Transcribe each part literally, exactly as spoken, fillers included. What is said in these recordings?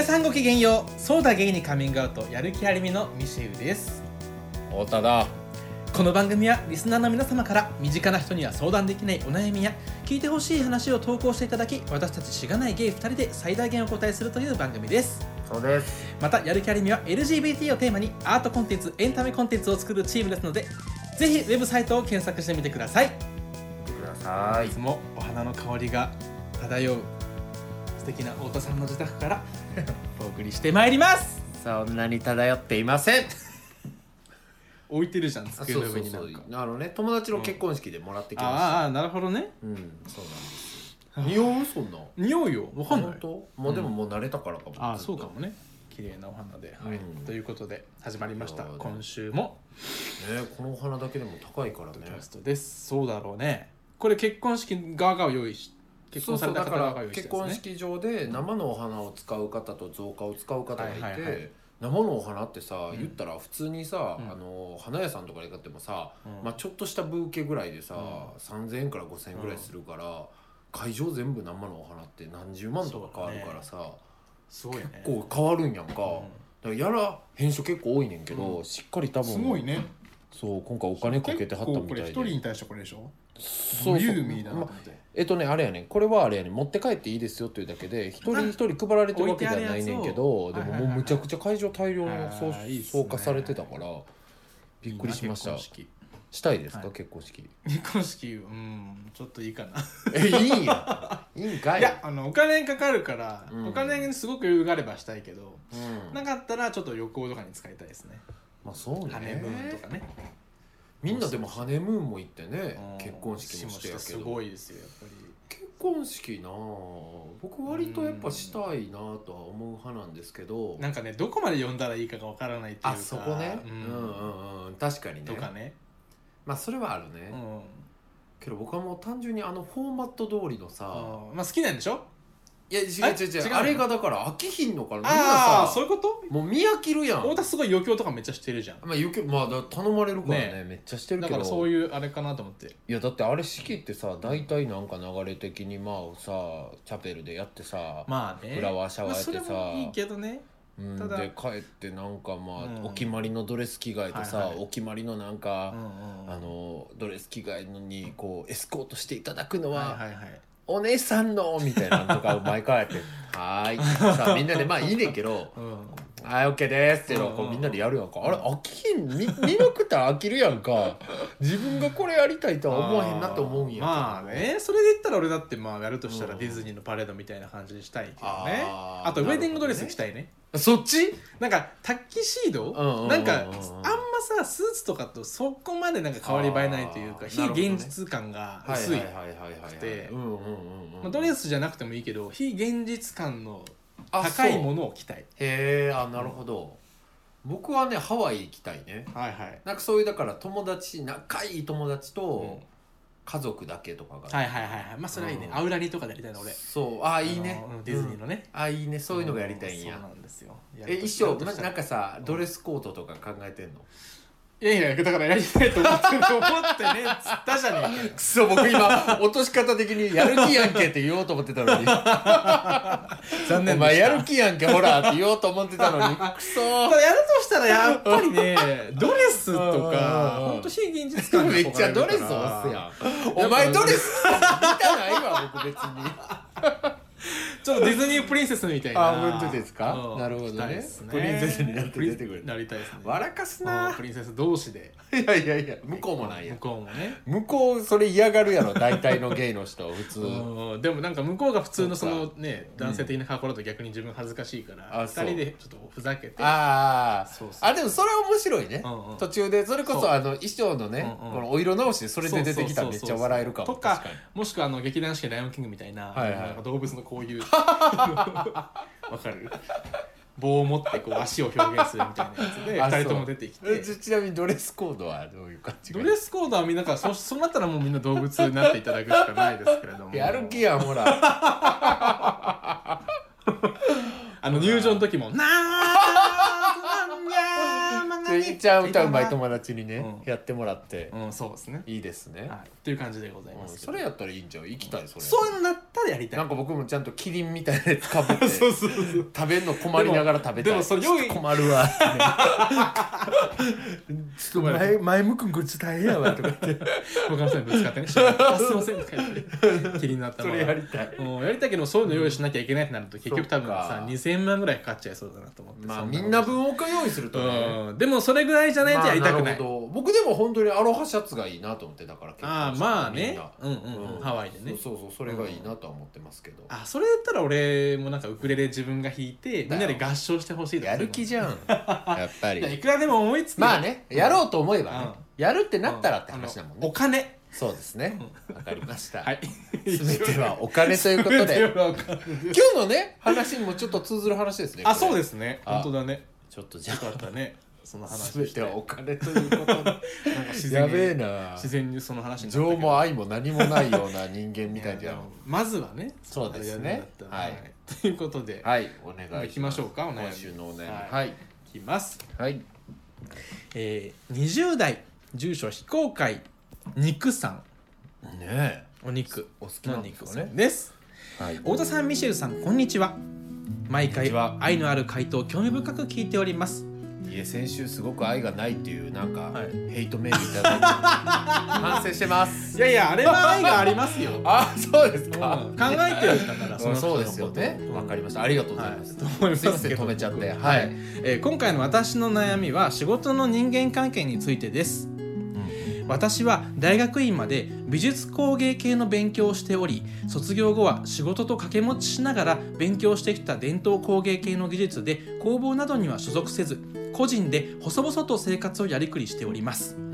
皆さんごきげんよう。そうだゲイにカミングアウトやる気ありみのミシェウです。 太田だ。 この番組はリスナーの皆様から身近な人には相談できないお悩みや聞いてほしい話を投稿していただき、私たちしがないゲイふたりで最大限お答えするという番組です。 そうです。 またやる気ありみは エルジービーティー をテーマにアートコンテンツ、エンタメコンテンツを作るチームですので、ぜひウェブサイトを検索してみてください。 見てください。 いつもお花の香りが漂う素敵な太田さんの自宅からお送りしてまいります。 そんなに漂っていません。 置いてるじゃん、机の上に。なんかそうそうそう、あのね、友達の結婚式でもらってきました。 ああ、なるほどね。 うん、そうなんですよ。匂うそんな。 匂うよ。わかんない。 本当？もうでももう慣れたからかも。 ああ、そうかもね。綺麗なお花で、はい、 うん、 ということで始まりました。今週もね、このお花だけでも高いからね。 ポッドキャストです。そうだろうね。これ結婚式側が用意し結婚された方が用意してるんですね。 結婚式場で生のお花を使う方と造花を使う方がいて、はいはいはい、生のお花ってさ、うん、言ったら普通にさ、うん、あの花屋さんとかで買ってもさ、うん、まあ、ちょっとしたブーケぐらいでさ、うん、さんぜんえんからごせんえんぐらいするから、うん、会場全部生のお花って何十万とか変わるからさ、ね、 すごいね、 結構変わるんやんか、うん、だからやら変種結構多いねんけど、うん、しっかり多分すごいね。 そう今回お金かけてはったみたいで、 これ一人に対してこれでしょ。 そうそう、ま、えっとねあれやねん、これはあれやねん、持って帰っていいですよっていうだけで一人一人配られてるわけではないねんけど、でももうむちゃくちゃ会場大量の総化されてたからびっくりしました。したいですか、はい、結婚式。 結婚式、うん、ちょっといいかな。 え、いいんや。いいんかい。 いや、あのお金かかるから、うん、お金にすごく余裕があればしたいけど、うん、なかったらちょっと旅行とかに使いたいですね。 まあそうね。 ハネムーンとかね。 みんなでもハネムーンも行ってね、結婚式もしてやけど。 すごいですよやっぱり。 結婚式な、僕割とやっぱしたいなとは思う派なんですけど、 なんかね、どこまで呼んだらいいかがわからないっていうか。 あ、そこね、うん、うんうんうん、確かにね。 とかね。 まあそれはあるね、うん、けど僕はもう単純にあのフォーマット通りのさ、 まあ好きなんでしょ。 いや違う違う違う、あれがだから飽きひんのから、みんなさ、 あそういうこと。 もう見飽きるやん。 太田すごい余興とかめっちゃしてるじゃん。 まあ余興、まあだ頼まれるからね、ね、めっちゃしてるけど、 だからそういうあれかなと思って。いやだってあれ式ってさ、大体なんか流れ的にまあさチャペルでやってさ、 まあね、 フラワーシャワーやってさ、 まあ、それもいいけどね。 うん、で帰ってなんかまあ、うん、お決まりのドレス着替えてさ、はいはい、お決まりのなんか、うんうん、あのドレス着替えのにこうエスコートしていただくのは、はいはいはい、お姉さんのみたいなのとか毎回やってはーいさあみんなでまあいいねんけど、うん、はい OK ですってこうみんなでやるやんか。あれ飽きへん、見なくたら飽きるやんか。自分がこれやりたいとは思わへんなと思うんや。 まあね、それで言ったら俺だってまあやるとしたらディズニーのパレードみたいな感じにしたいけどね。あ, あとウェディングドレス着たいね。 そっちなんかタッキシード、うんうん、なんかあんまさスーツとかとそこまでなんか変わり映えないというか、非現実感が薄いくて、ドレスじゃなくてもいいけど非現実感の高いものを着たい。 へえ、あ、なるほど。僕はねハワイ行きたいね。 はいはい。 なんかそういうだから友達、仲いい友達と家族だけとかが、 はいはいはいはい。まあそれはいいね。アウラニとかでやりたいの俺。 そう、ああいいね。 ディズニーのね。 ああいいね、そういうのがやりたいんや。 そうなんですよ。 え、衣装なんかさドレスコードとか考えてんの？ いやいや、だからやりたいと思って思ってねつったじゃねえか。 くそ、僕今落とし方的にやる気やんけって言おうと思ってたのに残念でした。お前やる気やんけほらって言おうと思ってたのにくそ。 やるとしたらやっぱりねドレスとかほんと非現実感がめっちゃドレス押すやん。お前ドレス見たないわ僕別にちょっとディズニープリンセスみたいな。 あ、本当ですか、うん、なるほど ね, ねプリンセスになって出てくる。 なりたいですね。 笑かすな。 プリンセス同士で。 いやいやいや、向こうもないや。 向こうもね。 向こうそれ嫌がるやろ大体のゲイの人普通うん。でもなんか向こうが普通のそのね男性的な格好だと逆に自分恥ずかしいから、うん、ふたりでちょっとふざけて。 ああ、そうそう。あ、でもそれ面白いね、うんうん、途中でそれこそあの衣装のね、うんうん、このお色直しでそれで出てきたらめっちゃ笑えるかも。 とかもしくはあの劇団四季ライオンキングみたいな、はいはい、なんか動物のこういうわかる棒を持ってこう足を表現するみたいなやつでふたりとも出てきて。 ちなみにドレスコードはどういう感じ？ ドレスコードはみんなから そ, そうなったらもうみんな動物になっていただくしかないですけれども。 やる気やんほらあの入場の時もなーなんやーまがにちゃ歌うまい友達にね、うん、やってもらって、 うん、そうですね、 いいですね、 はい、っていう感じでございます、 うん、それやったらいいんじゃん、行きたい、それそういうのなったらやりたい。 なんか僕もちゃんとキリンみたいなやつかぶってそうそうそう、食べるの困りながら食べたい。 でもそれ用意困るわちょっと前前向くんこっち大変やわとか言って他の人にぶつかってねあすいませんとか言って気になったそれやりたい、 うん、やりたいけどそういうの用意しなきゃいけないってなると結局多分さにせんまんぐらいかかっちゃいそうだなと思って、 まあみんな分を用意するとね、 うん、でもそれぐらいじゃないとやりたくない、まあ、 僕でも本当にアロハシャツがいいなと思って、だから結構あまあね、うんうんうん、ハワイでね、 そうそうそれがいいなとは思ってますけど、 あそれ言ったら俺もなんかウクレレ自分が弾いてみんなで合唱してほしいとかやる気じゃんやっぱりいくらでも思いつくまあね、やろうと思えばね、うん、やるってなったらって話だもんね、 お金そうですね、わかりました、 はい、 全てはお金ということで今日のね話にもちょっと通ずる話ですね。 あそうですね、本当だね、 ちょっとじゃあよかったねその話全てはお金ということでなんか自然にやべえな、 自然にその話に情も愛も何もないような人間みたいなまずはね、 そうですね、 はい、ということで、 はい、お願いします。 行きましょうか、お悩み、 今週のお悩み、 はい、 はい、 いきます。 はい、 えー、にじゅう代住所非公開肉さんねえ、 お肉お好きな肉さんです、はい、太田さん、ミシェルさん、こんにちは。毎回愛のある回答を興味深く聞いております。 いえ、先週すごく愛がないっていうなんか、はい、ヘイトメールいただいて反省してます。 いやいや、あれは愛がありますよあ、そうですか、 うん、考えてるんだからそのそうですよね、わかりました、ありがとうございます、 はい、と思いますけど止めちゃって、はい、 はい、えー、今回の私の悩みは仕事の人間関係についてです。私は大学院まで美術工芸系の勉強をしており、卒業後は仕事と掛け持ちしながら勉強してきた伝統工芸系の技術で工房などには所属せず、個人で細々と生活をやりくりしております、うん、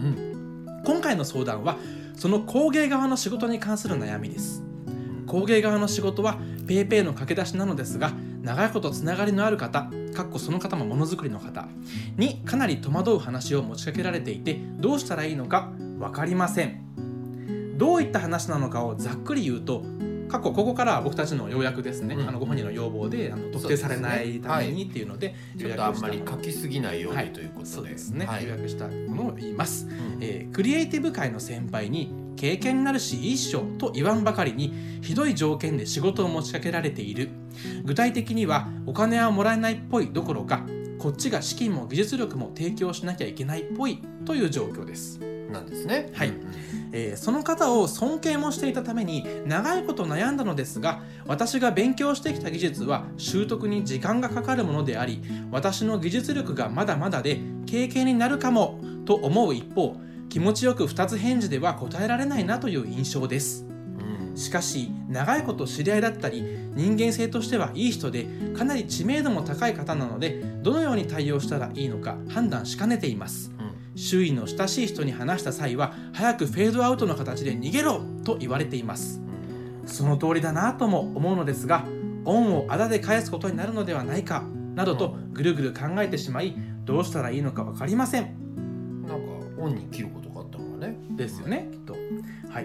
今回の相談はその工芸側の仕事に関する悩みです。工芸側の仕事はペーペーの駆け出しなのですが、長いことつながりのある方、かっこその方もものづくりの方にかなり戸惑う話を持ちかけられていて、どうしたらいいのか分かりません。どういった話なのかをざっくり言うと、過去ここからは僕たちの要約ですね、うん、あのご本人の要望であの特定されないためにっていうので、 ちょっとあんまり書きすぎないように、はい、ということで、 そうですね、はい、要約したものを言います、うん、えー、クリエイティブ界の先輩に経験になるしいいっしょと言わんばかりにひどい条件で仕事を持ちかけられている。具体的にはお金はもらえないっぽいどころか、こっちが資金も技術力も提供しなきゃいけないっぽいという状況です。 なんですね。 はい、えー、その方を尊敬もしていたために長いこと悩んだのですが、私が勉強してきた技術は習得に時間がかかるものであり、私の技術力がまだまだで経験になるかもと思う一方、気持ちよく二つ返事では答えられないなという印象です。しかし長いこと知り合いだったり人間性としてはいい人でかなり知名度も高い方なので、どのように対応したらいいのか判断しかねています、うん、周囲の親しい人に話した際は早くフェードアウトの形で逃げろと言われています、うん、その通りだなとも思うのですが、恩をあだで返すことになるのではないかなどとぐるぐる考えてしまい、どうしたらいいのか分かりません。 なんか恩に切ることがあったのがねですよね、きっと。はい、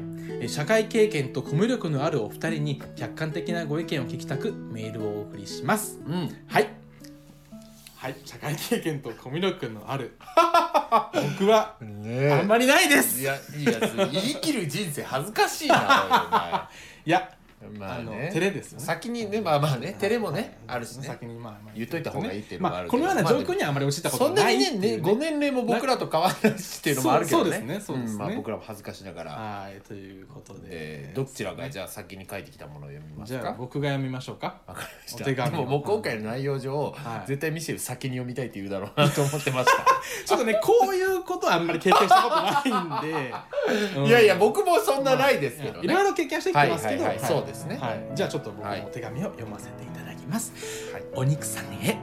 社会経験とコミュ力のあるお二人に客観的なご意見を聞きたくメールをお送りします、うん、はいはい、社会経験とコミュ力のある僕はあんまりないです、 いやいいやつ言い切る人生恥ずかしいないやまあね、 あの照れですよね。 先にね、まあまあね、照れもね、あるしね。 先にまあまあ言っといた方がいいっていうのもあるけど、 まあこのような状況にはあまり落ちたことないっていうね。 そんなにね、ご年齢も僕らと変わらないしっていうのもあるけどね。 そうですね、そうですね。 まあ僕らも恥ずかしながら。 はい、ということで、 どちらがじゃあ先に書いてきたものを読みますか。 じゃあ僕が読みましょうか。 わかりました。お手紙。でももう今回の内容上、絶対ミシェル先に読みたいって言うだろうなと思ってました。 ちょっとね、こういうことはあんまり経験したことないんで。 いやいや、僕もそんなないですけどね。 いろいろ経験してきてますけど。 そうですね。 じゃあちょっと僕の手紙を読ませていただきます、はい、お肉さんへ。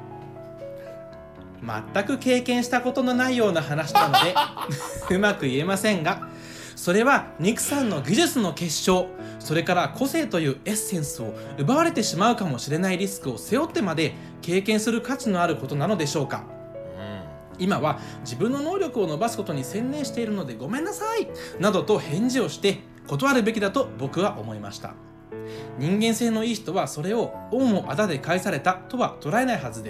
全く経験したことのないような話なのでうまく言えませんが、それは肉さんの技術の結晶、それから個性というエッセンスを奪われてしまうかもしれないリスクを背負ってまで経験する価値のあることなのでしょうか。うん、今は自分の能力を伸ばすことに専念しているのでごめんなさいなどと返事をして断るべきだと僕は思いました。人間性のいい人はそれを恩をあだで返されたとは捉えないはずです。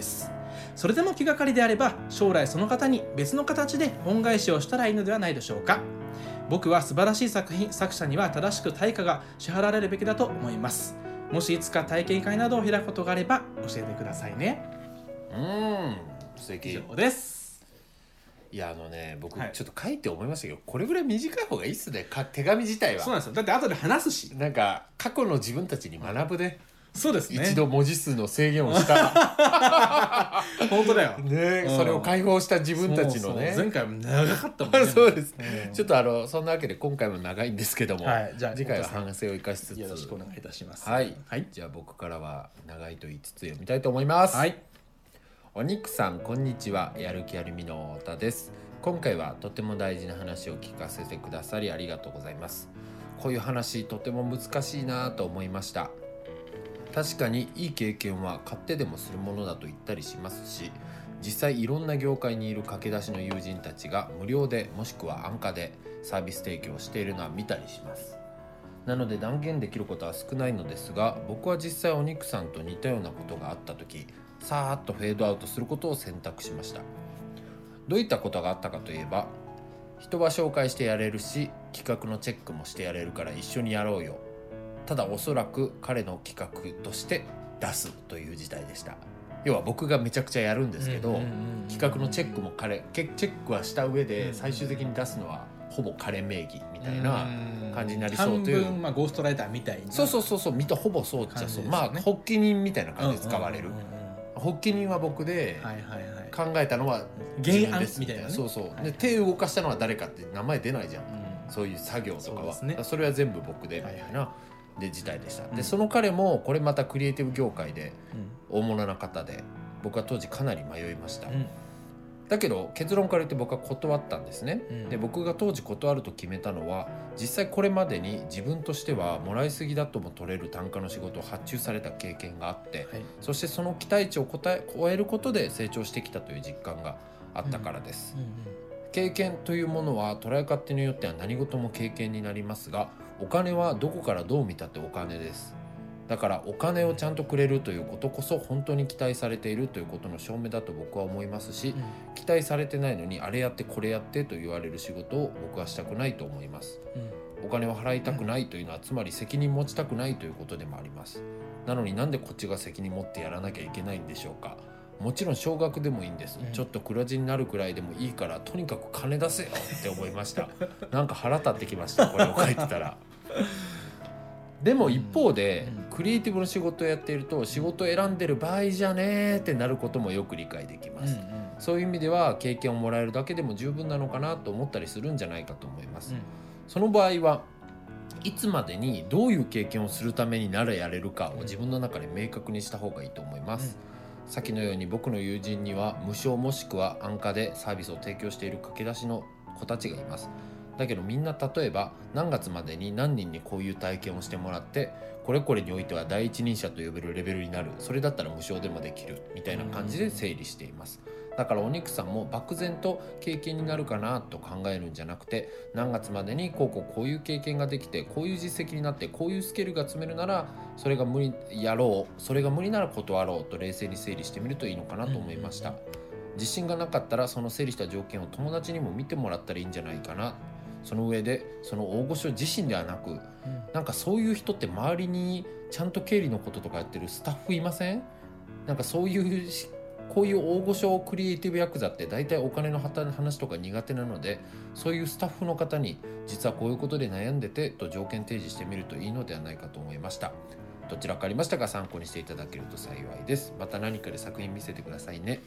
それでも気がかりであれば、将来その方に別の形で恩返しをしたらいいのではないでしょうか。僕は素晴らしい作品、作者には正しく対価が支払われるべきだと思います。もしいつか体験会などを開くことがあれば教えてくださいね。 うーん、素敵。 以上です。 いやあのね、僕はいちょっと書いて思いましたけど、これぐらい短い方がいいっすね、か手紙自体は。 そうなんですよ。だって後で話すし。 なんか過去の自分たちに学ぶね。 そうですね。 一度文字数の制限をした本当だよ。 ね、 うんそれを解放した自分たちのね。 そうそう前回も長かったもんね。 そうです、 うんちょっとあのそんなわけで今回も長いんですけども、 はいじゃあ次回は反省を生かしつつよろしくお願いいたします。 はい、 はい。 じゃあ僕からは長いと言いつつ読みたいと思います。 はい。 お肉さんこんにちは、やる気あるみの太田です。今回はとても大事な話を聞かせてくださりありがとうございます。こういう話とても難しいなと思いました。確かにいい経験は買ってでもするものだと言ったりしますし、実際いろんな業界にいる駆け出しの友人たちが無料でもしくは安価でサービス提供しているのは見たりします。なので断言できることは少ないのですが、僕は実際お肉さんと似たようなことがあった時、さーっとフェードアウトすることを選択しました。どういったことがあったかといえば、人は紹介してやれるし企画のチェックもしてやれるから一緒にやろうよ、ただおそらく彼の企画として出すという事態でした。要は僕がめちゃくちゃやるんですけど、企画のチェックも彼チェックはした上で最終的に出すのはほぼ彼名義みたいな感じになりそうという、 半分、まあ、ゴーストライターみたいな。 そうそうそうそう、見たほぼそうっちゃそう、ね、まあ発起人みたいな感じで使われる、うんうんうんうん、発起人は僕で考えたのは自分ですみたいな、そうそう、はいはい、で手を動かしたのは誰かって名前出ないじゃん、うん、そういう作業とかは そ,、ね、それは全部僕でみたいな、はいはい、で事態でした、うん、でその彼もこれまたクリエイティブ業界で大物な方で、僕は当時かなり迷いました、うん、だけど結論から言って僕は断ったんですね、うん、で僕が当時断ると決めたのは、実際これまでに自分としてはもらいすぎだとも取れる単価の仕事を発注された経験があって、はい、そしてその期待値を超え、超えることで成長してきたという実感があったからです、うんうんうん、経験というものは捉え勝手によっては何事も経験になりますが、お金はどこからどう見たってお金です。だからお金をちゃんとくれるということこそ本当に期待されているということの証明だと僕は思いますし、うん、期待されてないのにあれやってこれやってと言われる仕事を僕はしたくないと思います、うん、お金を払いたくないというのはつまり責任持ちたくないということでもあります。なのになんでこっちが責任持ってやらなきゃいけないんでしょうか。もちろん少額でもいいんです、うん、ちょっと黒字になるくらいでもいいからとにかく金出せよって思いましたなんか腹立ってきました、これを書いてたらでも一方で、うん、クリエイティブの仕事をやっていると仕事を選んでる場合じゃねーってなることもよく理解できます、うんうん、そういう意味では経験をもらえるだけでも十分なのかなと思ったりするんじゃないかと思います、うん、その場合はいつまでにどういう経験をするためにならやれるかを自分の中で明確にした方がいいと思います、うん、先のように僕の友人には無償もしくは安価でサービスを提供している駆け出しの子たちがいます。だけどみんな例えば何月までに何人にこういう体験をしてもらってこれこれにおいては第一人者と呼べるレベルになる、それだったら無償でもできるみたいな感じで整理しています。だからお肉さんも漠然と経験になるかなと考えるんじゃなくて、何月までにこうこうこういう経験ができてこういう実績になってこういうスキルが積めるならそれが無理やろう、それが無理なら断ろうと冷静に整理してみるといいのかなと思いました。自信がなかったらその整理した条件を友達にも見てもらったらいいんじゃないかな。その上でその大御所自身ではなく、うん、なんかそういう人って周りにちゃんと経理のこととかやってるスタッフいません？なんかそういうこういう大御所クリエイティブヤクザって大体お金の話とか苦手なので、そういうスタッフの方に実はこういうことで悩んでてと条件提示してみるといいのではないかと思いました。どちらかありましたが参考にしていただけると幸いです。また何かで作品見せてくださいね。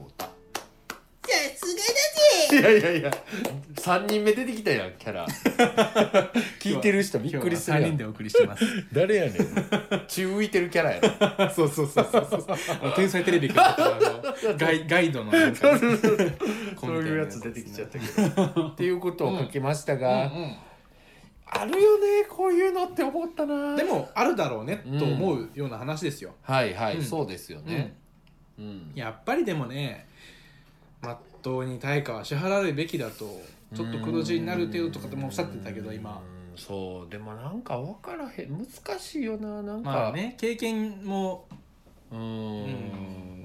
さすがだぜ。いやいやいやさんにんめ出てきたやんキャラ聞いてる人びっくりするやん。 さんにんでお送りしてます誰やねん中浮いてるキャラやろそうそうそうそうそう天才テレビからガイガイドのなんか、ね、 そういうやつ出てきちゃったけどっていうことを書きましたが、うんうんうん、あるよねこういうのって思ったな。 でもあるだろうねと思うような話ですよ、 うん、はいはい、うん、そうですよね、 うんうん、やっぱりでもねまっとうに対価は支払われるべきだとちょっと黒字になる程度とかってもおっしゃってたけど今そうでもなんか分からへん難しいよななんかまあね経験もうーん、うん、な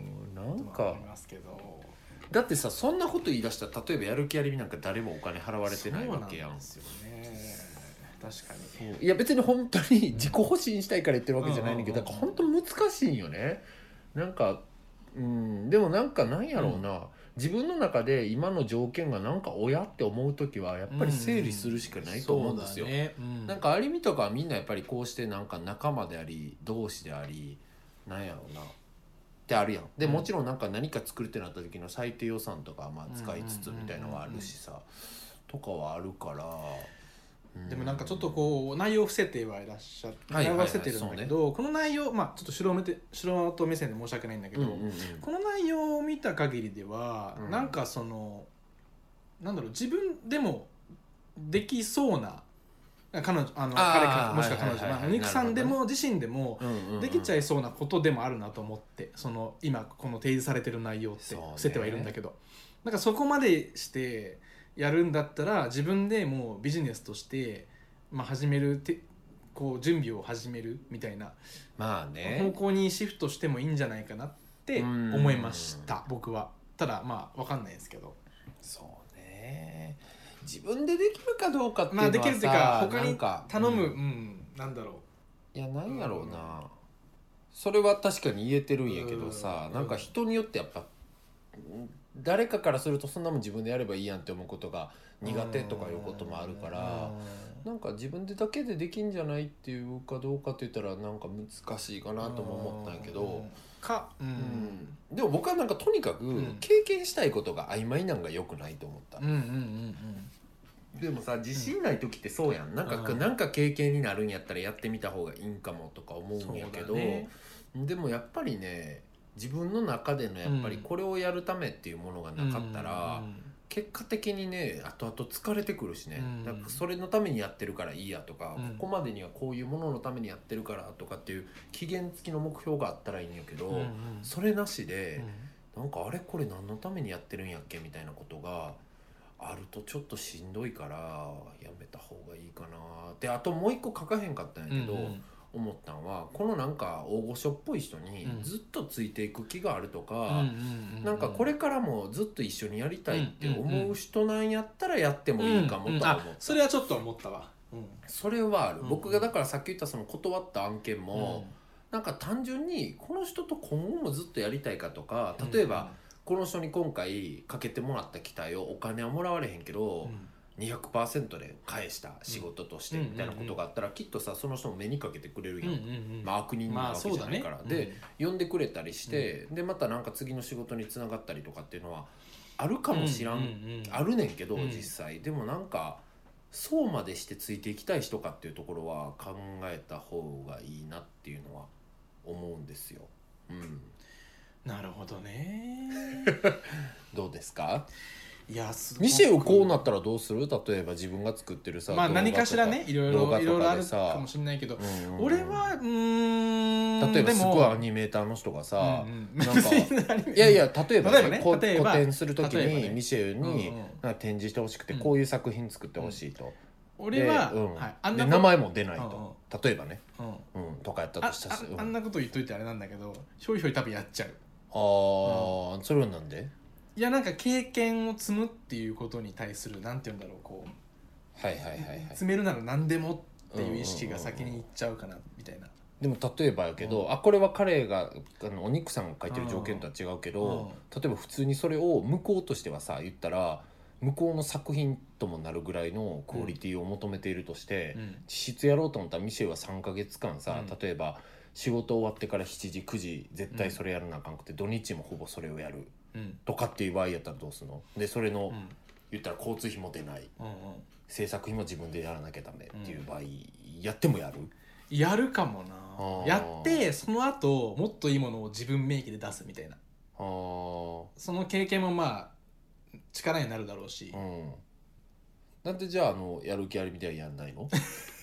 なんか思いますけど、 だってさそんなこと言い出したら例えばやる気ありみなんか誰もお金払われてないわけやん。 そうなんですよね。確かに。 いや別に本当に自己保身したいから言ってるわけじゃないんだけど、だから本当難しいんよね。なんかうんでもなんかなんやろうな、うん、自分の中で今の条件がなんか親って思う時はやっぱり整理するしかないと思うんですよ、うんねうん、なんかありみとかはみんなやっぱりこうしてなんか仲間であり同志でありなんやろうなってあるやん。でもちろんなんか何か作るってなった時の最低予算とかまあ使いつつみたいなのがあるしさとかはあるから、 うん、でもなんかちょっとこう内容伏せてはいらっしゃって、内容伏せてるんだけど、ね、この内容まあちょっと素人素人目線で申し訳ないんだけど、うんうんうん、この内容を見た限りでは、うん、なんかそのなんだろう自分でもできそうな彼女あの彼かもしくは彼女、まあ、お肉さんでも自身でもできちゃいそうなことでもあるなと思って、その今この提示されてる内容って伏せてはいるんだけど、なんかそこまでしてやるんだったら自分でもうビジネスとして、まあ、始めるてこう準備を始めるみたいな、 まあね、 方向にシフトしてもいいんじゃないかなって思いました僕は。ただまあ分かんないですけど。 そうね、自分でできるかどうかっていうのはさ、 まあ、できるっていうか他に頼む、 うんうん、なんだろういやなんやろうな、うん、それは確かに言えてるんやけどさ、うん、なんか人によってやっぱ誰かからするとそんなもん自分でやればいいやんって思うことが苦手とかいうこともあるから、なんか自分でだけでできんじゃないっていうかどうかって言ったらなんか難しいかなとも思ったんやけど、 か、うんうん、でも僕はなんかとにかく経験したいことが曖昧なんが良くないと思った、 うんうんうんうん、でもさ自信ない時ってそうやん、なんか、うん、なんか経験になるんやったらやってみた方がいいんかもとか思うんやけど、ね、でもやっぱりね自分の中でのやっぱりこれをやるためっていうものがなかったら、うんうんうん、結果的にね後々疲れてくるしね、うん、だからそれのためにやってるからいいやとか、うん、ここまでにはこういうもののためにやってるからとかっていう期限付きの目標があったらいいんやけど、うんうん、それなしで、うん、なんかあれこれ何のためにやってるんやっけみたいなことがあるとちょっとしんどいからやめた方がいいかなって。あともう一個書かへんかったんやけど、うんうん思ったのはこのなんか大御所っぽい人にずっとついていく気があるとか、うん、なんかこれからもずっと一緒にやりたいって思う人なんやったらやってもいいかもとは思った、うんうん、 それはちょっと思ったわ、うん、 それはある、うん、僕がだからさっき言ったその断った案件も、うん、なんか単純にこの人と今後もずっとやりたいかとか、例えば、うん、この人に今回かけてもらった期待をお金はもらわれへんけど、うんにひゃくパーセント で返した仕事としてみたいなことがあったらきっとさその人も目にかけてくれるやん、うんうんうんまあ、悪人なわけじゃないから、まあね、で、うん、呼んでくれたりして、うん、でまたなんか次の仕事につながったりとかっていうのはあるかもしらん、うんうんうん、あるねんけど、うん、実際でもなんかそうまでしてついていきたい人かっていうところは考えた方がいいなっていうのは思うんですよ、うん、 なるほどねどうですか。 いやミシェルこうなったらどうする？例えば自分が作ってるさ、 まあ何かしらねいろいろいろいろあるかもしれないけど、うんうん、俺はうーん例えばすごいアニメーターの人がさ、うんうん、なんかいやいや例えば、ね、例えばねこ例えば個展するときに、ね、ミシェルになんか展示してほしくて、うん、こういう作品作ってほしいと、 うん、俺は、 うんはい、 あんなで名前も出ないと、うんうん、例えばね、うんうん、とかやったとしたらあ, あ, あんなこと言っといてあれなんだけどひょいひょい多分やっちゃう。 ああ、うん、それはなんで？ いやなんか経験を積むっていうことに対するなんて言うんだろうこうはいはいはいはい積めるなら何でもっていう意識が先にいっちゃうかなみたいな。 でも例えばやけど、うん、あこれは彼があのお肉さんが書いてる条件とは違うけど、うん、例えば普通にそれを向こうとしてはさ言ったら向こうの作品ともなるぐらいのクオリティを求めているとして、うん、実質やろうと思ったらミシェルはさんかげつかんさ、うん、例えば仕事終わってからしちじくじ絶対それやらなあかんくて、うん、土日もほぼそれをやる、うん、とかっていう場合やったらどうするの？でそれの、うん、言ったら交通費も出ない、うんうん、制作費も自分でやらなきゃダメっていう場合、うん、やってもやる？ やるかもな。やってその後もっといいものを自分名義で出すみたいな。あその経験もまあ力になるだろうし、うん、 なんでじゃあ、あのやる気ありみたいにやんないの？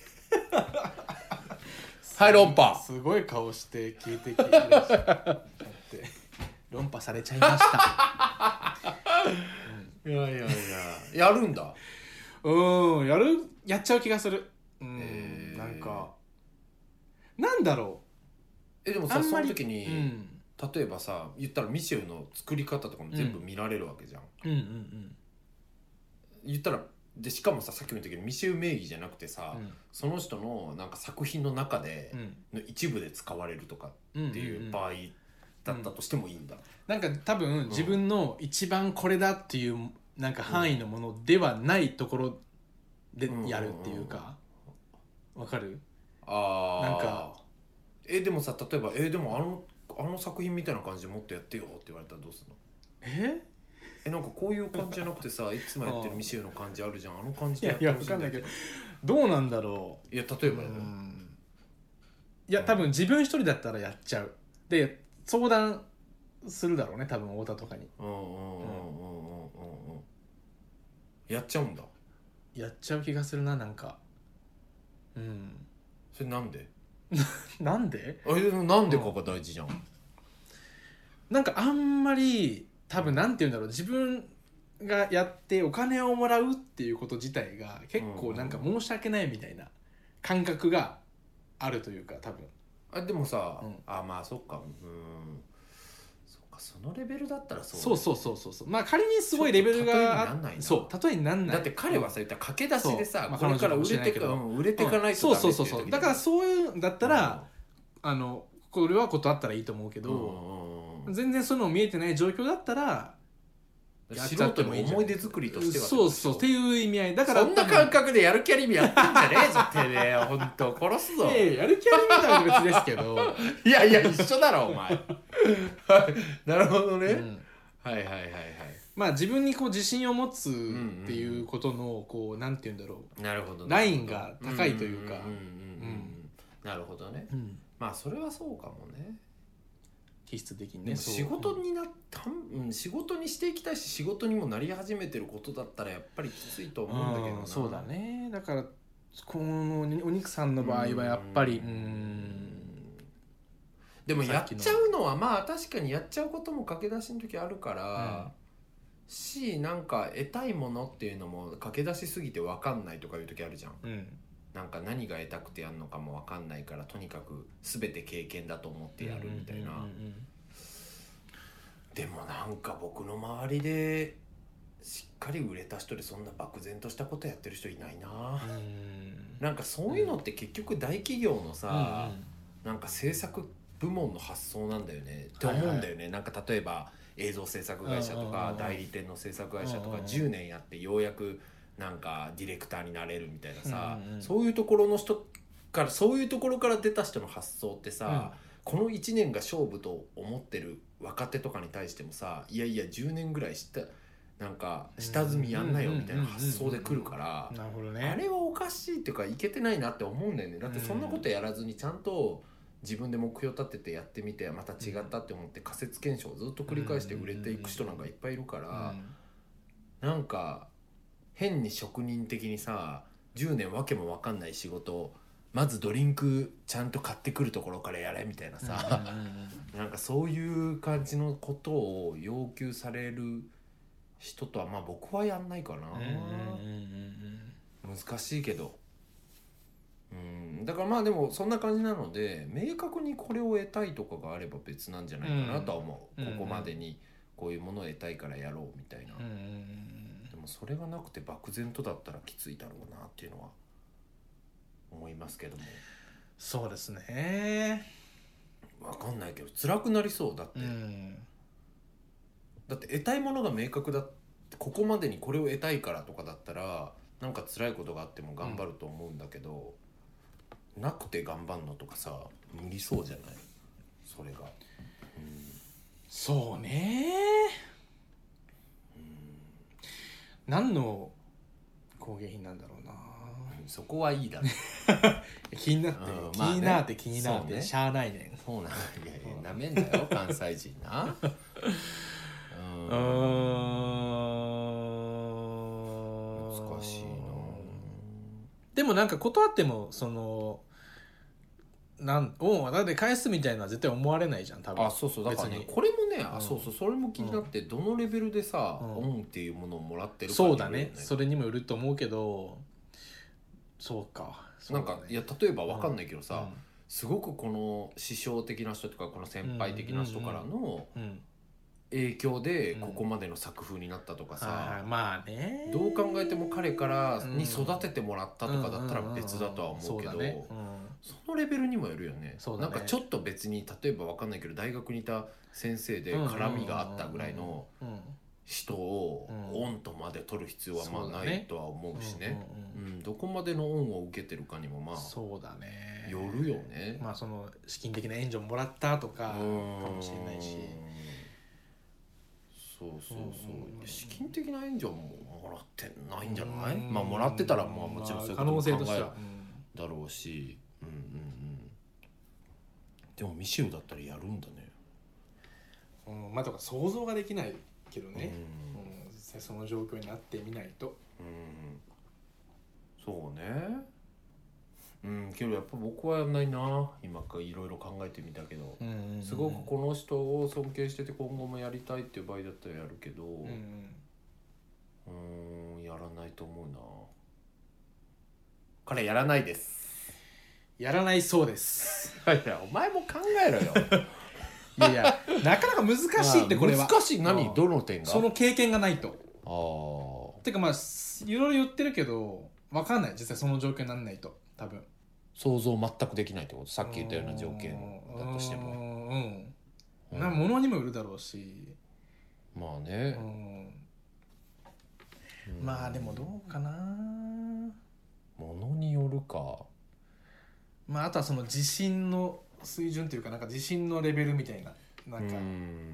はい論破すごい顔して聞いてきてらっしゃって論破されちゃいました、 うん、いやいやいややるんだ。 うんやるやっちゃう気がする。うん、えー、なんかなんだろうえでもさその時に、うん、 例えばさ言ったらミシェルの作り方とかも全部見られるわけじゃん、 うんうんうん、 言ったらでしかもささっきも言ったけどミシェル名義じゃなくてさ、うん、その人のなんか作品の中で、うん、の一部で使われるとかっていう場合だったとしてもいいんだ、 うんうん、なんか多分自分の一番これだっていうなんか範囲のものではないところでやるっていうか、わかる？ ああ。 なんかえでもさ例えばえでもあのあの作品みたいな感じでもっとやってよって言われたらどうするの？ え？ えなんかこういう感じじゃなくてさいつもやってるミシェルの感じあるじゃんあの感じでやってほしいんだけど。いやいやわかんないけどどうなんだろう。いや例えばや、ね、 いや多分自分一人だったらやっちゃう。で相談するだろうね多分太田とかに。 うんうんうんうんうんうんうん。やっちゃうんだ。 やっちゃう気がするななんか。うん。 それなんで？ なんで？ あれなんでかが大事じゃん、うん、 なんかあんまり多分なんて言うんだろう自分がやってお金をもらうっていうこと自体が結構なんか申し訳ないみたいな感覚があるというか多分あでもさ、うん、あまあそっかうんそっかそのレベルだったらそう、 ね、そうそうそうそうまあ仮にすごいレベルがそう例えになんないだって彼はさ言ったら駆け出しでさ、まあ、これから売れてか、うん、売れていかないとダメっていう時に、うん、そうそうそうそうだからそういうんだったら、うん、あのこれは断ったらいいと思うけど、うんうん、全然そういうの見えてない状況だったら素人の思い出作りとしてはそうそうっていう意味合いだからそんな感覚でやる気ありみやってんじゃねえぞてめえほんと殺すぞいやいややる気ありみたいな別ですけどいやいや一緒だろお前なるほどね、うん、はいはいはいはいまあ自分にこう自信を持つっていうことのこうなんていうんだろうなるほどラインが高いというかなるほどね、うん、まあそれはそうかもね気質的にね仕事になった、うん、仕事にしていきたいし仕事にもなり始めてることだったらやっぱりきついと思うんだけどな、うん、 そうだねだからこのお肉さんの場合はやっぱりうーんでもやっちゃうのはまあ確かにやっちゃうことも駆け出しの時あるから、うん、しなんか得たいものっていうのも駆け出しすぎて分かんないとかいう時あるじゃん、うん、なんか何が得たくてやるのかも分かんないからとにかく全て経験だと思ってやるみたいな、うんうんうんうん、でもなんか僕の周りでしっかり売れた人でそんな漠然としたことやってる人いないな、うん、なんかそういうのって結局大企業のさ、うんうん、なんか制作部門の発想なんだよねって思うんだよね、はいはい、なんか例えば映像制作会社とか代理店の制作会社とかじゅうねんやってようやくなんかディレクターになれるみたいなさ、うんうん、そういうところの人からそういうところから出た人の発想ってさ、うん、このいちねんが勝負と思ってる若手とかに対してもさいやいやじゅうねんぐらいしたなんか下積みやんなよみたいな発想で来るからあれはおかしいっていうかいけてないなって思うんだよね。だってそんなことやらずにちゃんと自分で目標立ててやってみてまた違ったって思って仮説検証をずっと繰り返して売れていく人なんかいっぱいいるからなんか変に職人的にさじゅうねんわけも分かんない仕事をまずドリンクちゃんと買ってくるところからやれみたいなさなんかそういう感じのことを要求される人とはまあ僕はやんないかな。難しいけどうんだからまあでもそんな感じなので明確にこれを得たいとかがあれば別なんじゃないかなとは思う、うん、ここまでにこういうものを得たいからやろうみたいな、うん、でもそれがなくて漠然とだったらきついだろうなっていうのは思いますけども。 そうですね分かんないけど辛くなりそうだって、うん、だって得たいものが明確だってここまでにこれを得たいからとかだったらなんか辛いことがあっても頑張ると思うんだけど、うん、なくて頑張るのとかさ無理そうじゃないそれが、うん、 そうね、うん、何の工芸品なんだろうな、 うん、そこはいいだろ気になって、うん気になって気になって、ね、しゃあないねんそうなんいやいやなめんなよ関西人なうん難しいな。 でもなんか断ってもそのなんおだって返すみたいなのは絶対思われないじゃん多分。 あそうそうだからねこれもね、うん、あそうそうそれも気になって、うん、どのレベルでさ、うん、オンっていうものをもらってるかによるよね。 そうだねそれにもよると思うけどそうかそうなんかいや例えば分かんないけどさ、 すごくこの師匠的な人とかこの先輩的な人からの影響でここまでの作風になったとかさ、 うん、まあね、 どう考えても彼からに育ててもらったとかだったら別だとは思うけど、そのレベルにもよるよね。 そうだね。 なんかちょっと別に例えば分かんないけど大学にいた先生で絡みがあったぐらいの人をオンとまで取る必要はまあないとは思うしね、どこまでのオンを受けてるかにもまあそうだね、 よるよね。 まあその資金的な援助もらったとかかもしれないし、 そうそうそう、資金的な援助ももらってないんじゃない？まあもらってたらまあもちろんそういうことも考えるだろうし、うんうんうん。でもミシェルだったらやるんだね。 うん、まあとか想像ができないけどね、うんうん、実際その状況になってみないと、 うん、そうね。うん、けどやっぱ僕はやんないな。今かいろいろ考えてみたけど、うんうんうん、すごくこの人を尊敬してて今後もやりたいっていう場合だったらやるけど、うんうん、うーん、やらないと思うな。彼やらないです。 やらないそうです。 いやお前も考えろよ。 いやいや、なかなか難しいってこれは。 難しい。何？どの点が？ その経験がないと。 ああ。 てかまあいろいろ言ってるけど分かんない、実際その状況にならないと多分。 想像全くできないってこと？さっき言ったような条件だとしても。 うん。うん、な物にもよるだろうし。 まあね。 うん、まあでもどうかな。 物によるか。 まああとはその自信の水準というか、なんか自信のレベルみたいな、なんか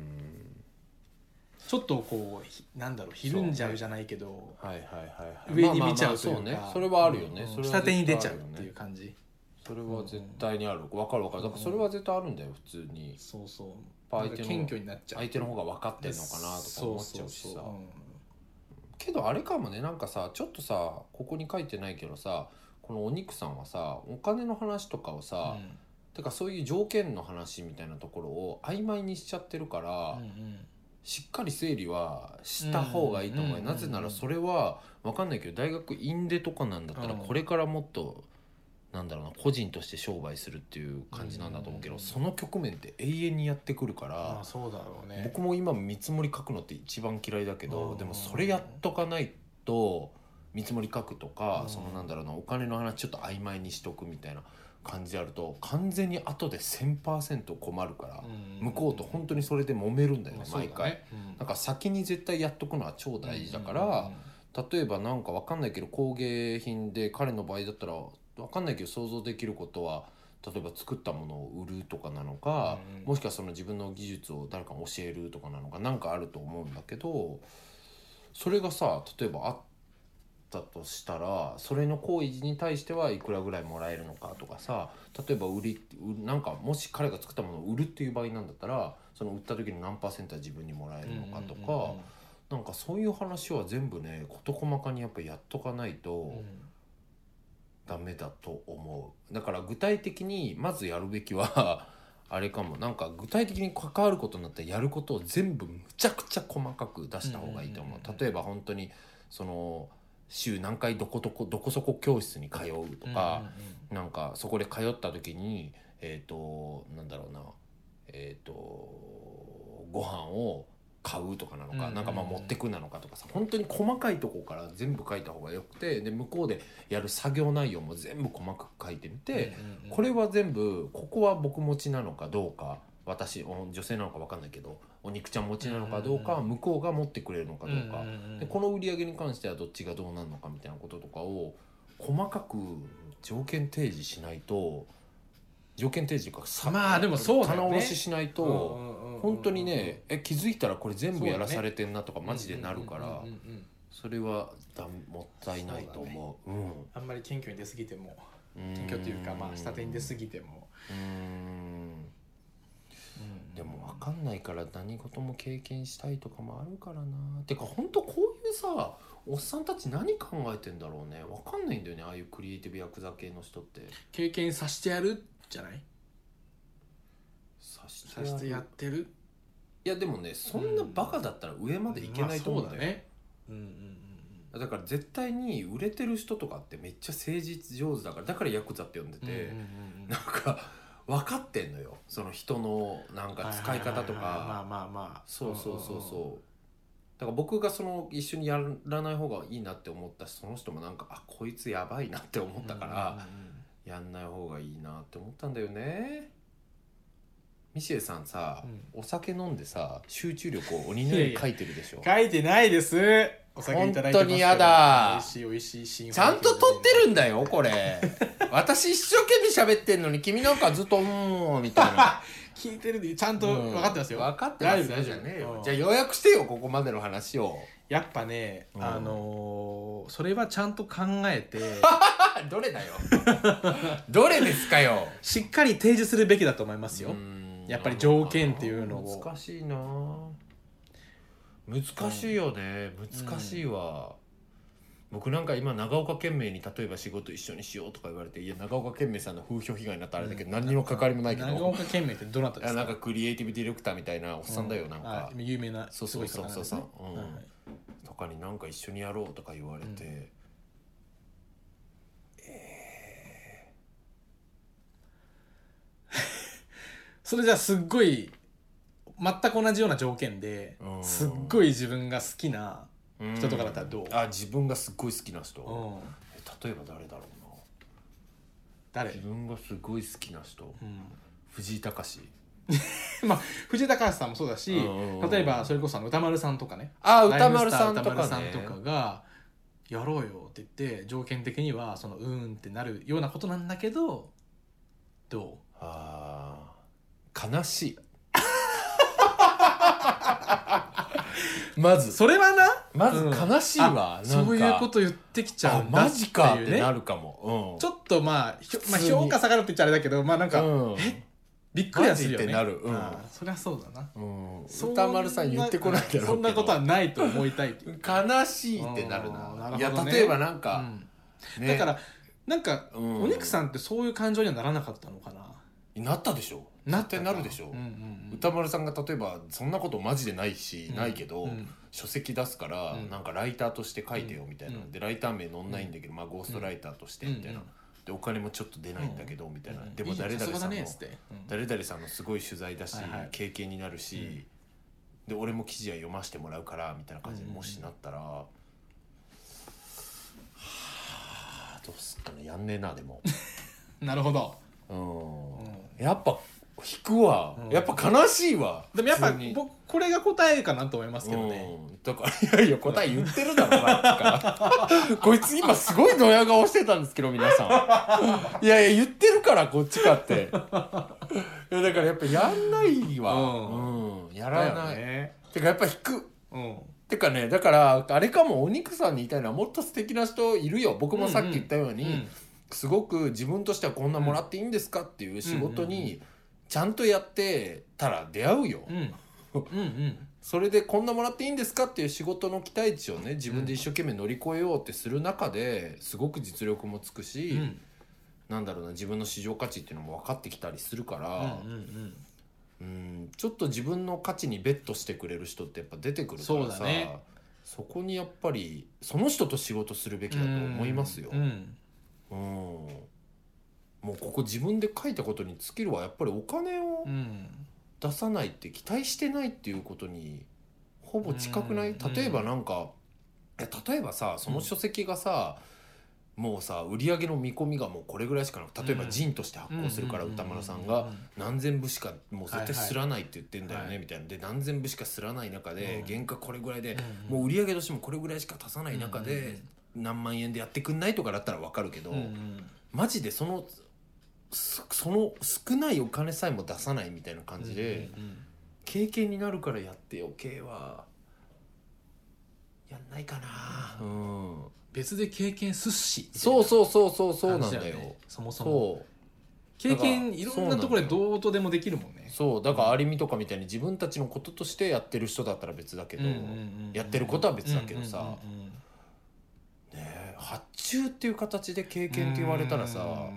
ちょっとこうなんだろう、ひるんじゃうじゃないけど、 はいはいはい上に見ちゃうというか、 まあまあまあそうね、それはあるよね、 うん、下手に出ちゃうっていう感じ。 それは絶対にある。分かる分かる。だからそれは絶対あるんだよ普通に。 そうそう。 相手の謙虚になっちゃう。 相手の方が分かってんのかなとか思っちゃうしさ。けどあれかもね、なんかさちょっとさここに書いてないけどさ、このお肉さんはさお金の話とかをさ、うん、てかそういう条件の話みたいなところを曖昧にしちゃってるから、うんうん、しっかり整理はした方がいいと思う、うんうん、なぜならそれは分かんないけど大学院出とかなんだったらこれからもっと、うん、なんだろうな、個人として商売するっていう感じなんだと思うけど、うんうんうん、その局面って永遠にやってくるから、まあ、 そうだろうね。 僕も今見積もり書くのって一番嫌いだけど、うん、でもそれやっとかないと見積もり書くとか、うん、そのなんだろうな、お金の話ちょっと曖昧にしとくみたいな感じであると完全に後で せんパーセント 困るから、うん、向こうと本当にそれで揉めるんだよね、うん、毎回、ね、うん、なんか先に絶対やっとくのは超大事だから、うんうんうん、例えばなんか分かんないけど工芸品で彼の場合だったら分かんないけど想像できることは例えば作ったものを売るとかなのか、うんうん、もしくはその自分の技術を誰かに教えるとかなのか、なんかあると思うんだけど、それがさ例えばあったとしたらそれの行為に対してはいくらぐらいもらえるのかとかさ、例えば売りなんかもし彼が作ったものを売るっていう場合なんだったらその売った時に何パーセントは自分にもらえるのかとか、うんうんうんうん、なんかそういう話は全部ね事細かにやっぱやっとかないと、うん、ダメだと思う。だから具体的にまずやるべきはあれかも、なんか具体的に関わることになったらやることを全部むちゃくちゃ細かく出した方がいいと思う、うんうんうんうん、例えば本当にその週何回どこどこどこそこ教室に通うとか、うんうんうん、なんかそこで通った時にえっとなんだろうなえっとご飯を買うとかなのか、うんうんうん、なんかまあ持ってくなのかとかさ、本当に細かいとこから全部書いた方がよくて、で向こうでやる作業内容も全部細かく書いてみて、うんうんうん、これは全部ここは僕持ちなのかどうか、私女性なのか分かんないけどお肉ちゃん持ちなのかどうか、うんうん、向こうが持ってくれるのかどうか、うんうんうん、でこの売り上げに関してはどっちがどうなるのかみたいなこととかを細かく条件提示しないと、条件提示とかさ、 まあでもそうだよね、 棚卸ししないと、うんうんうん、本当にねえ気づいたらこれ全部やらされてんなとかマジでなるから、それはだもったいないと思う、う、ね、うん、 あんまり謙虚に出過ぎても、謙虚というかまあ下手に出過ぎても、うーん、 でも分かんないから何事も経験したいとかもあるからな。てか本当こういうさおっさんたち何考えてんだろうね、分かんないんだよね、ああいうクリエイティブヤクザ系の人って。 経験させてやるじゃない、さしてやってる。 いやでもねそんなバカだったら上までいけないと思うんだよ、うん、まあそうだね、うんうんうん、 だから絶対に売れてる人とかってめっちゃ誠実上手だからだからヤクザって呼んでて、うんうんうんうん、なんか分かってんのよその人のなんか使い方とかまあまあまあそうそうそうそうだから僕がその一緒にやらない方がいいなって思ったしその人もなんかあこいつやばいなって思ったから、うんうんうん、やんない方がいいなって思ったんだよね。ミシェルさんさ、うん、お酒飲んでさ集中力を鬼のように書いてるでしょ。 いやいや書いてないです。お酒いただいてますけど本当にやだ。 美味しい美味しいシーンちゃんと撮ってるんだよこれ私一生懸命喋ってんのに君なんかずっとうーんみたいな聞いてるでちゃんと分かってますよ、 うん、分かってますよじゃねえよ。じゃあ要約してよここまでの話を。 やっぱね、うん、あのー、それはちゃんと考えてどれだよどれですかよ。 しっかり提示するべきだと思いますよ。やっぱり条件っていうのを難しいな難しいよね、うん、難しいわ、うん、僕なんか今長岡健明に例えば仕事一緒にしようとか言われていや長岡健明さんの風評被害になったらあれだけど、うん、何にも関わりもないけど長岡健明ってどなたですか。 なんかクリエイティブディレクターみたいなおっさんだよ、うん、なんか有名なそうそうそうそうそう、うんはい、とかになんか一緒にやろうとか言われて、うんえー、それじゃあすっごい全く同じような条件で、うん、すっごい自分が好きな人とかだったらどう、 うん、あ自分がすっごい好きな人、うん、例えば誰だろうな。 誰自分がすごい好きな人、うん、藤井隆まあ藤井隆さんもそうだし、うん、例えばそれこそ歌丸さんとかねあ歌丸さんとかね歌丸さんとかがやろうよって言って条件的にはそのうーんってなるようなことなんだけどどうあ悲しいまずそれはなまず悲しいわ、 うん、そういうこと言ってきちゃうんだっていう、ね、マジかってなるかも、うん、 ちょっとまあ、まあ、評価下がるって言っちゃあれだけどまあなんか、うん、えびっくりはするよねってなる、うん、 あそりゃそうだな、うん、 歌丸さん言ってこないけどそんなことはないと思いたい悲しいってなるな、なるほどね、いや例えばなんか、 うんね、だからなんか、うん、お肉さんってそういう感情にはならなかったのかな。 なったでしょ。なってなるでしょ、うんうんうん、歌丸さんが例えばそんなことマジでないし、うん、ないけど、うん、書籍出すから、うん、なんかライターとして書いてよみたいな、うん、でライター名載んないんだけど、うん、まあゴーストライターとしてみたいな、うん、でお金もちょっと出ないんだけど、うん、みたいな、うん、でも誰々さんの、ねうん、誰々さんのすごい取材だし、はいはい、経験になるし、うん、で俺も記事は読ませてもらうからみたいな感じでもしなったら、うんうん、はあどうすっかねやんねえなでもなるほど、 うん、やっぱ引くわ、うん、やっぱ悲しいわ。 でもやっぱ僕これが答えかなと思いますけどね、 うん、だからいやいや答え言ってるだろかこいつ今すごいドヤ顔してたんですけど皆さんいやいや言ってるからこっちかっていやだからやっぱやんないわ、うんうん、やらない、ね、てかやっぱ引く、うん、てかねだからあれかもお肉さんに言いたいのはもっと素敵な人いるよ。僕もさっき言ったように、うんうん、すごく自分としてはこんなもらっていいんですかっていう仕事にちゃんとやってたら出会うよ、うんうんうん、それでこんなもらっていいんですかっていう仕事の期待値をね自分で一生懸命乗り越えようってする中ですごく実力もつくし、うん、なんだろうな自分の市場価値っていうのも分かってきたりするから、うんうんうんうん、ちょっと自分の価値にベットしてくれる人ってやっぱ出てくるからさ そ,、ね、そこにやっぱりその人と仕事するべきだと思いますよ、うんうん、もうここ自分で書いたことに尽きるはやっぱりお金を出さないって期待してないっていうことにほぼ近くない？例えばなんかえ例えばさその書籍がさ、うん、もうさ売り上げの見込みがもうこれぐらいしかなく例えばジンとして発行するから歌丸さんが何千部しかもう絶対すらないって言ってんだよねみたいなで何千部しかすらない中で原価これぐらいでもう売り上げとしてもこれぐらいしか足さない中で何万円でやってくんないとかだったら分かるけどマジでそのその少ないお金さえも出さないみたいな感じで、うんうんうん、経験になるからやってよ系はやんないかな、うん、 別で経験すっしそうそうそうそうそうなんだよ、ね、 そもそもそう経験いろんなところでどうとでもできるもんね。 そうだから有美とかみたいに自分たちのこととしてやってる人だったら別だけど、うんうんうんうん、やってることは別だけどさ、うんうんうんうんね、発注っていう形で経験って言われたらさ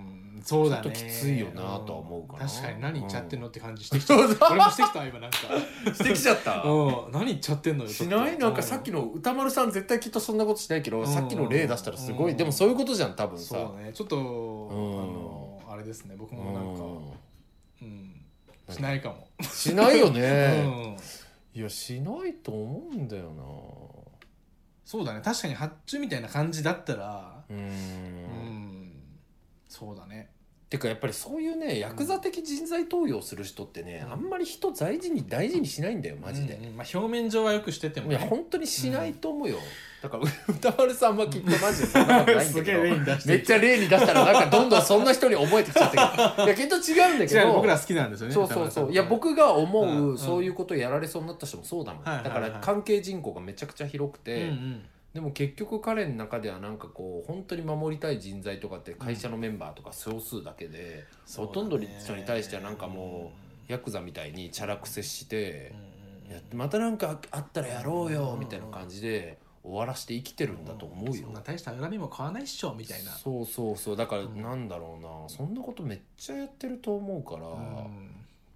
そうだね、 ちょっときついよなとは思うかな、 うん、確かに何言っちゃってんのって感じしてきちゃった、うん、俺もしてきた今なんかしてきちゃったうん、何言っちゃってんのよしない？なんかさっきの歌丸さん絶対きっとそんなことしないけど、うん、さっきの例出したらすごい、うん、でもそういうことじゃん多分さ。 そうね、ちょっと、うん、あのあれですね、僕もなんか、うんうん、しないかもしないよね、うん、いやしないと思うんだよな。 そうだね、確かに発注みたいな感じだったらうーん、うん、そうだね。 てかやっぱりそういうねヤクザ的人材登用する人ってね、うん、あんまり人大事に大事にしないんだよマジで、うんうん、まあ、 表面上はよくしてても、ね、 いや本当にしないと思うよ、うん、だから歌丸さんはきっとマジでそんなことないんだけどめっちゃ例に出したらなんかどんどんそんな人に思えてきちゃったけどいやきっと違うんだけど僕ら好きなんですよね。 そうそうそう、いや僕が思う、うん、そういうことをやられそうになった人もそうだもん、はいはいはい、だから関係人口がめちゃくちゃ広くて、うんうん、でも結局彼の中ではなんかこう本当に守りたい人材とかって会社のメンバーとか少数だけで、うん、ほとんどの人に対してはなんかもうヤクザみたいにチャラく接して、うん、やまたなんかあったらやろうよみたいな感じで終わらして生きてるんだと思うよ、うん、 そんな大した恨みも買わないっしょみたいな。 そうそうそう、だからなんだろうな、うん、そんなことめっちゃやってると思うから、うん、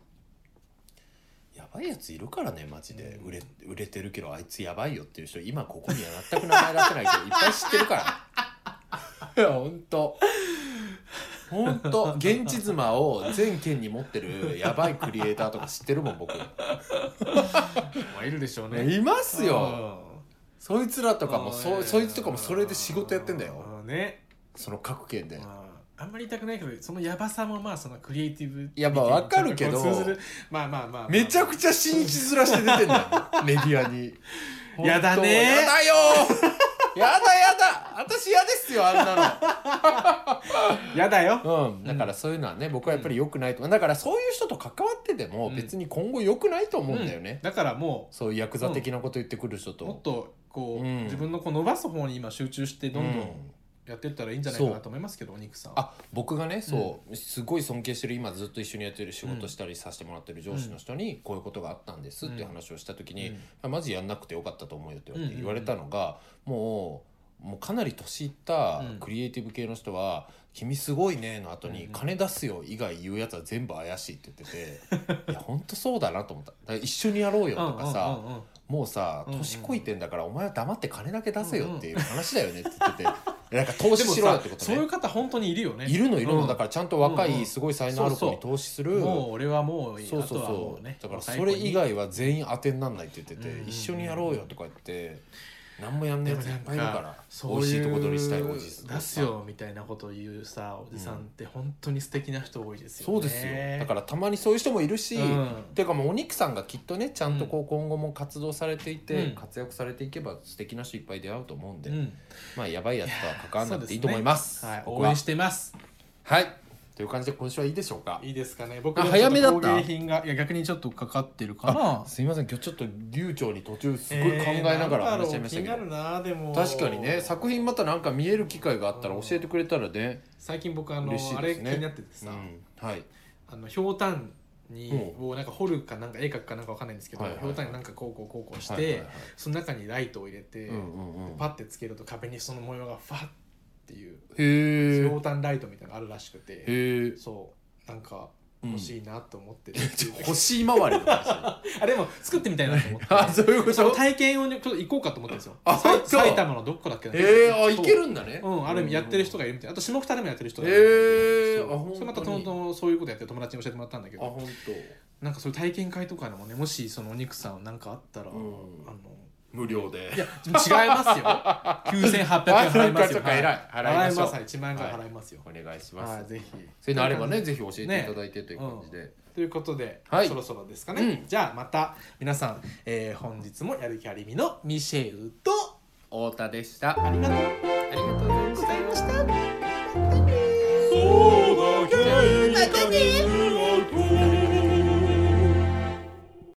やばいやついるからねマジで、うん、売れ、売れてるけどあいつやばいよっていう人今ここには全く名前出せないけどいっぱい知ってるからいやほんとほんと現地妻を全県に持ってるやばいクリエイターとか知ってるもん僕まあいるでしょうね。 いますよ。そいつらとかも そ, そいつとかもそれで仕事やってんだよ、ね、その各県で。 あんまり言いたくないけどそのヤバさもまあそのクリエイティブいやまあわかるけどまあまあまあ、まあ、 めちゃくちゃ新一面して出てんだよメディアに。 やだねやだよやだやだ私嫌ですよあんなのやだよ、 うん、だからそういうのはね、うん、僕はやっぱり良くないと、だからそういう人と関わってても別に今後良くないと思うんだよね、 うん、だからもうそういうヤクザ的なこと言ってくる人と、 うん、もっとこう、うん、自分のこう伸ばす方に今集中してどんどん、うんやってったらいいんじゃないかなと思いますけど、お肉さん。 あ、僕がね、そう、うん、すごい尊敬してる今ずっと一緒にやってる仕事したりさせてもらってる上司の人にこういうことがあったんですっていう話をした時に、うん、マジやんなくてよかったと思うよって言われたのが、もうもうかなり年いったクリエイティブ系の人は、うん、君すごいねの後に金出すよ以外言うやつは全部怪しいって言ってていや本当そうだなと思った。だから一緒にやろうよとかさ、もうさ年こいてんだからお前は黙って金だけ出せよっていう話だよねって言っててなんか投資しろよってことね。 そういう方本当にいるよね。 いるのいるの、うん、だからちゃんと若いすごい才能ある子に投資する。 そうそうもう俺はもうそうそうそう、ね、だからそれ以外は全員当てになんないって言ってて、うん、一緒にやろうよとか言って何もやんないやついっぱいいるから美味しいとこ取りしたいおじさん出すよみたいなことを言うさおじさんって本当に素敵な人多いですよね、 うん、そうですよ。だからたまにそういう人もいるし、うん、ていうかもうお肉さんがきっとねちゃんとこう今後も活動されていて、うん、活躍されていけば素敵な人いっぱい出会うと思うんで、うん、まあやばいやつとは関わらなくていいと思います。 はい、応援してます。 はいという感じで今週はいいでしょうか。 いいですかね。僕の早めだった工芸品がいや逆にちょっとかかってるかな。 すいません今日ちょっと流暢に途中すごい考えながら話しちゃいましたけど、えー、気になるな。でも確かにね作品またなんか見える機会があったら教えてくれたらね。 最近僕あの、ね、あれ気になっててさ、うん、はいあのひょうたんにをなんか彫るかなんか絵描くかなんかわかんないんですけど、ひょうたんになんかこうこうこうこうして、はいはいはい、その中にライトを入れて、うんうんうん、パッてつけると壁にその模様がファッっていうひょうたんライトみたいなのがあるらしくて、へそうなんか欲しいなと思ってる、 うん、欲しい周りの話あでも作ってみたいなと思ってあそういうこと体験を、ね、ちょっと行こうかと思ってるんですよ。あ埼玉のどこだっけな。 えー、あ行けるんだね。 うんある意味やってる人がいるみたいな。あと下北でもやってる人がいる。えー、あそれまたともともそういうことやってる友達に教えてもらったんだけど、あ本当なんかそういう体験会とかでもねもしそのお肉さんなんかあったら、うん、あの無料で。 いや違いますよきゅうせんはっぴゃくえん払いますよ。 はい、 払います。いちまんえんから払いますよ、 はい、お願いします、はい、ぜひそういうのあればねぜひ教えていただいてという感じで、 ねうん、ということで、はい、そろそろですかね、うん、じゃあまた皆さん、えー、本日もやる気ありみのミシェウと太田でした。 ありがとうありがとうございました。